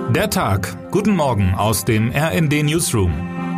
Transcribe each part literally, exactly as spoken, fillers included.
Der Tag. Guten Morgen aus dem R N D Newsroom.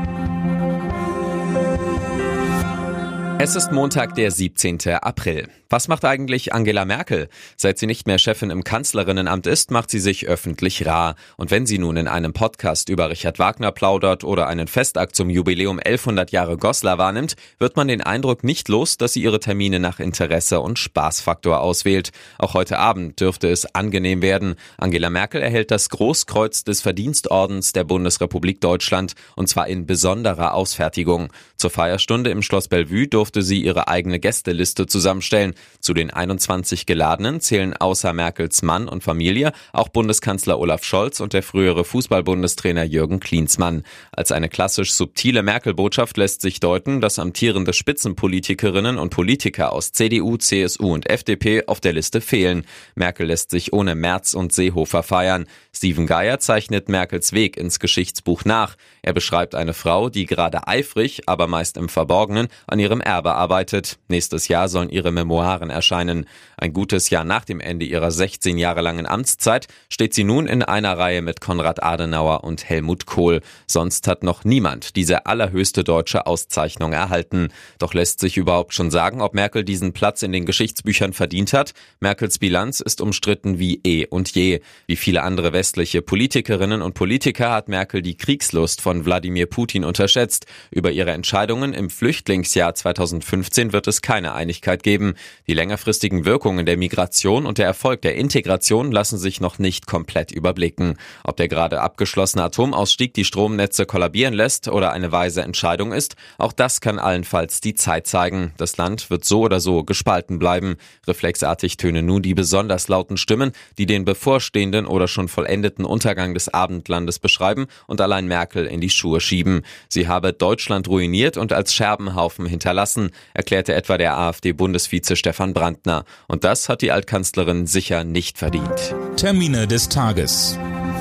Es ist Montag, der siebzehnten April. Was macht eigentlich Angela Merkel? Seit sie nicht mehr Chefin im Kanzlerinnenamt ist, macht sie sich öffentlich rar. Und wenn sie nun in einem Podcast über Richard Wagner plaudert oder einen Festakt zum Jubiläum elfhundert Jahre Goslar wahrnimmt, wird man den Eindruck nicht los, dass sie ihre Termine nach Interesse und Spaßfaktor auswählt. Auch heute Abend dürfte es angenehm werden. Angela Merkel erhält das Großkreuz des Verdienstordens der Bundesrepublik Deutschland, und zwar in besonderer Ausfertigung. Zur Feierstunde im Schloss Bellevue durfte sie ihre eigene Gästeliste zusammenstellen. Zu den einundzwanzig Geladenen zählen außer Merkels Mann und Familie auch Bundeskanzler Olaf Scholz und der frühere Fußball-Bundestrainer Jürgen Klinsmann. Als eine klassisch subtile Merkel-Botschaft lässt sich deuten, dass amtierende Spitzenpolitikerinnen und Politiker aus C D U, C S U und F D P auf der Liste fehlen. Merkel lässt sich ohne Merz und Seehofer feiern. Steven Geier zeichnet Merkels Weg ins Geschichtsbuch nach. Er beschreibt eine Frau, die gerade eifrig, aber meist im Verborgenen, an ihrem Erbe arbeitet. Nächstes Jahr sollen ihre Memoiren erscheinen. Ein gutes Jahr nach dem Ende ihrer sechzehn Jahre langen Amtszeit steht sie nun in einer Reihe mit Konrad Adenauer und Helmut Kohl. Sonst hat noch niemand diese allerhöchste deutsche Auszeichnung erhalten. Doch lässt sich überhaupt schon sagen, ob Merkel diesen Platz in den Geschichtsbüchern verdient hat? Merkels Bilanz ist umstritten wie eh und je. Wie viele andere westliche Politikerinnen und Politiker hat Merkel die Kriegslust von Wladimir Putin unterschätzt. Über ihre Entscheidungen im Flüchtlingsjahr zweitausendfünfzehn wird es keine Einigkeit geben. Die längerfristigen Wirkungen der Migration und der Erfolg der Integration lassen sich noch nicht komplett überblicken. Ob der gerade abgeschlossene Atomausstieg die Stromnetze kollabieren lässt oder eine weise Entscheidung ist, auch das kann allenfalls die Zeit zeigen. Das Land wird so oder so gespalten bleiben. Reflexartig tönen nun die besonders lauten Stimmen, die den bevorstehenden oder schon vollendeten Untergang des Abendlandes beschreiben und allein Merkel in die Schuhe schieben. Sie habe Deutschland ruiniert und als Scherbenhaufen hinterlassen, erklärte etwa der AfD-Bundesvize Stefan Brandner. Und das hat die Altkanzlerin sicher nicht verdient. Termine des Tages.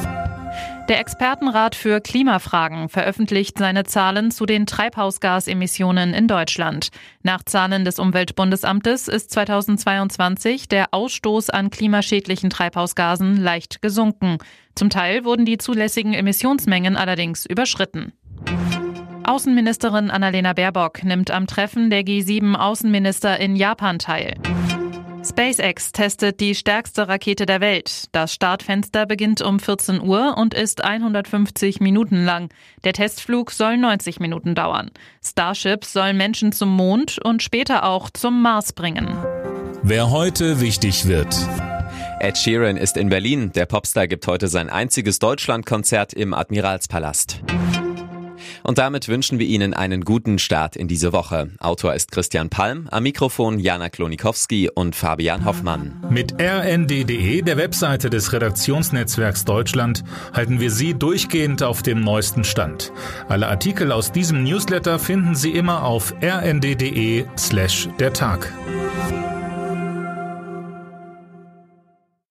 Der Expertenrat für Klimafragen veröffentlicht seine Zahlen zu den Treibhausgasemissionen in Deutschland. Nach Zahlen des Umweltbundesamtes ist zweitausendzweiundzwanzig der Ausstoß an klimaschädlichen Treibhausgasen leicht gesunken. Zum Teil wurden die zulässigen Emissionsmengen allerdings überschritten. Außenministerin Annalena Baerbock nimmt am Treffen der G sieben Außenminister in Japan teil. SpaceX testet die stärkste Rakete der Welt. Das Startfenster beginnt um vierzehn Uhr und ist hundertfünfzig Minuten lang. Der Testflug soll neunzig Minuten dauern. Starship soll Menschen zum Mond und später auch zum Mars bringen. Wer heute wichtig wird. Ed Sheeran ist in Berlin. Der Popstar gibt heute sein einziges Deutschlandkonzert im Admiralspalast. Und damit wünschen wir Ihnen einen guten Start in diese Woche. Autor ist Christian Palm, am Mikrofon Jana Klonikowski und Fabian Hoffmann. Mit R N D punkt D E, der Webseite des Redaktionsnetzwerks Deutschland, halten wir Sie durchgehend auf dem neuesten Stand. Alle Artikel aus diesem Newsletter finden Sie immer auf r n d punkt d e slash der Tag.